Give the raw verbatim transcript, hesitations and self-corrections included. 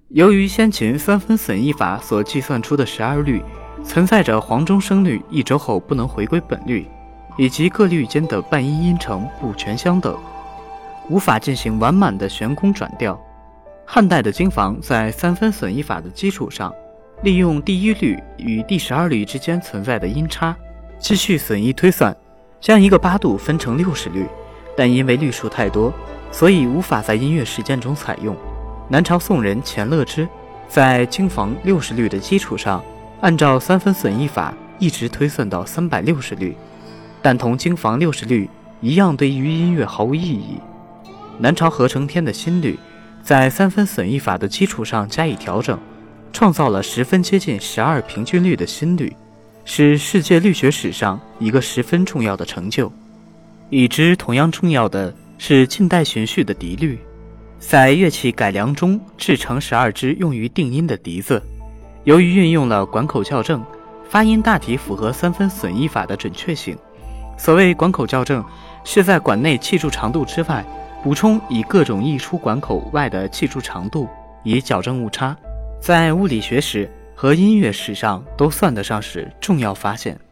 由于先秦三分损益法所计算出的十二律存在着黄钟声律一周后不能回归本律，以及各律间的半音音程不全相等，无法进行完满的悬空转调。汉代的经房在三分损益法的基础上，利用第一律与第十二律之间存在的音差，继续损益推算，将一个八度分成六十律，但因为律数太多，所以无法在音乐实践中采用。南朝宋人钱乐之在经房六十律的基础上，按照三分损益法一直推算到三百六十律，但同经房六十律一样，对于音乐毫无意义。南朝何承天的新律在三分损益法的基础上加以调整，创造了十分接近十二平均律的新律，是世界律学史上一个十分重要的成就。已知同样重要的是近代荀序的笛律，在乐器改良中制成十二支用于定音的笛子，由于运用了管口校正，发音大体符合三分损益法的准确性。所谓管口校正，是在管内气柱长度之外补充以各种溢出管口外的气柱长度，以矫正误差，在物理学史和音乐史上都算得上是重要发现。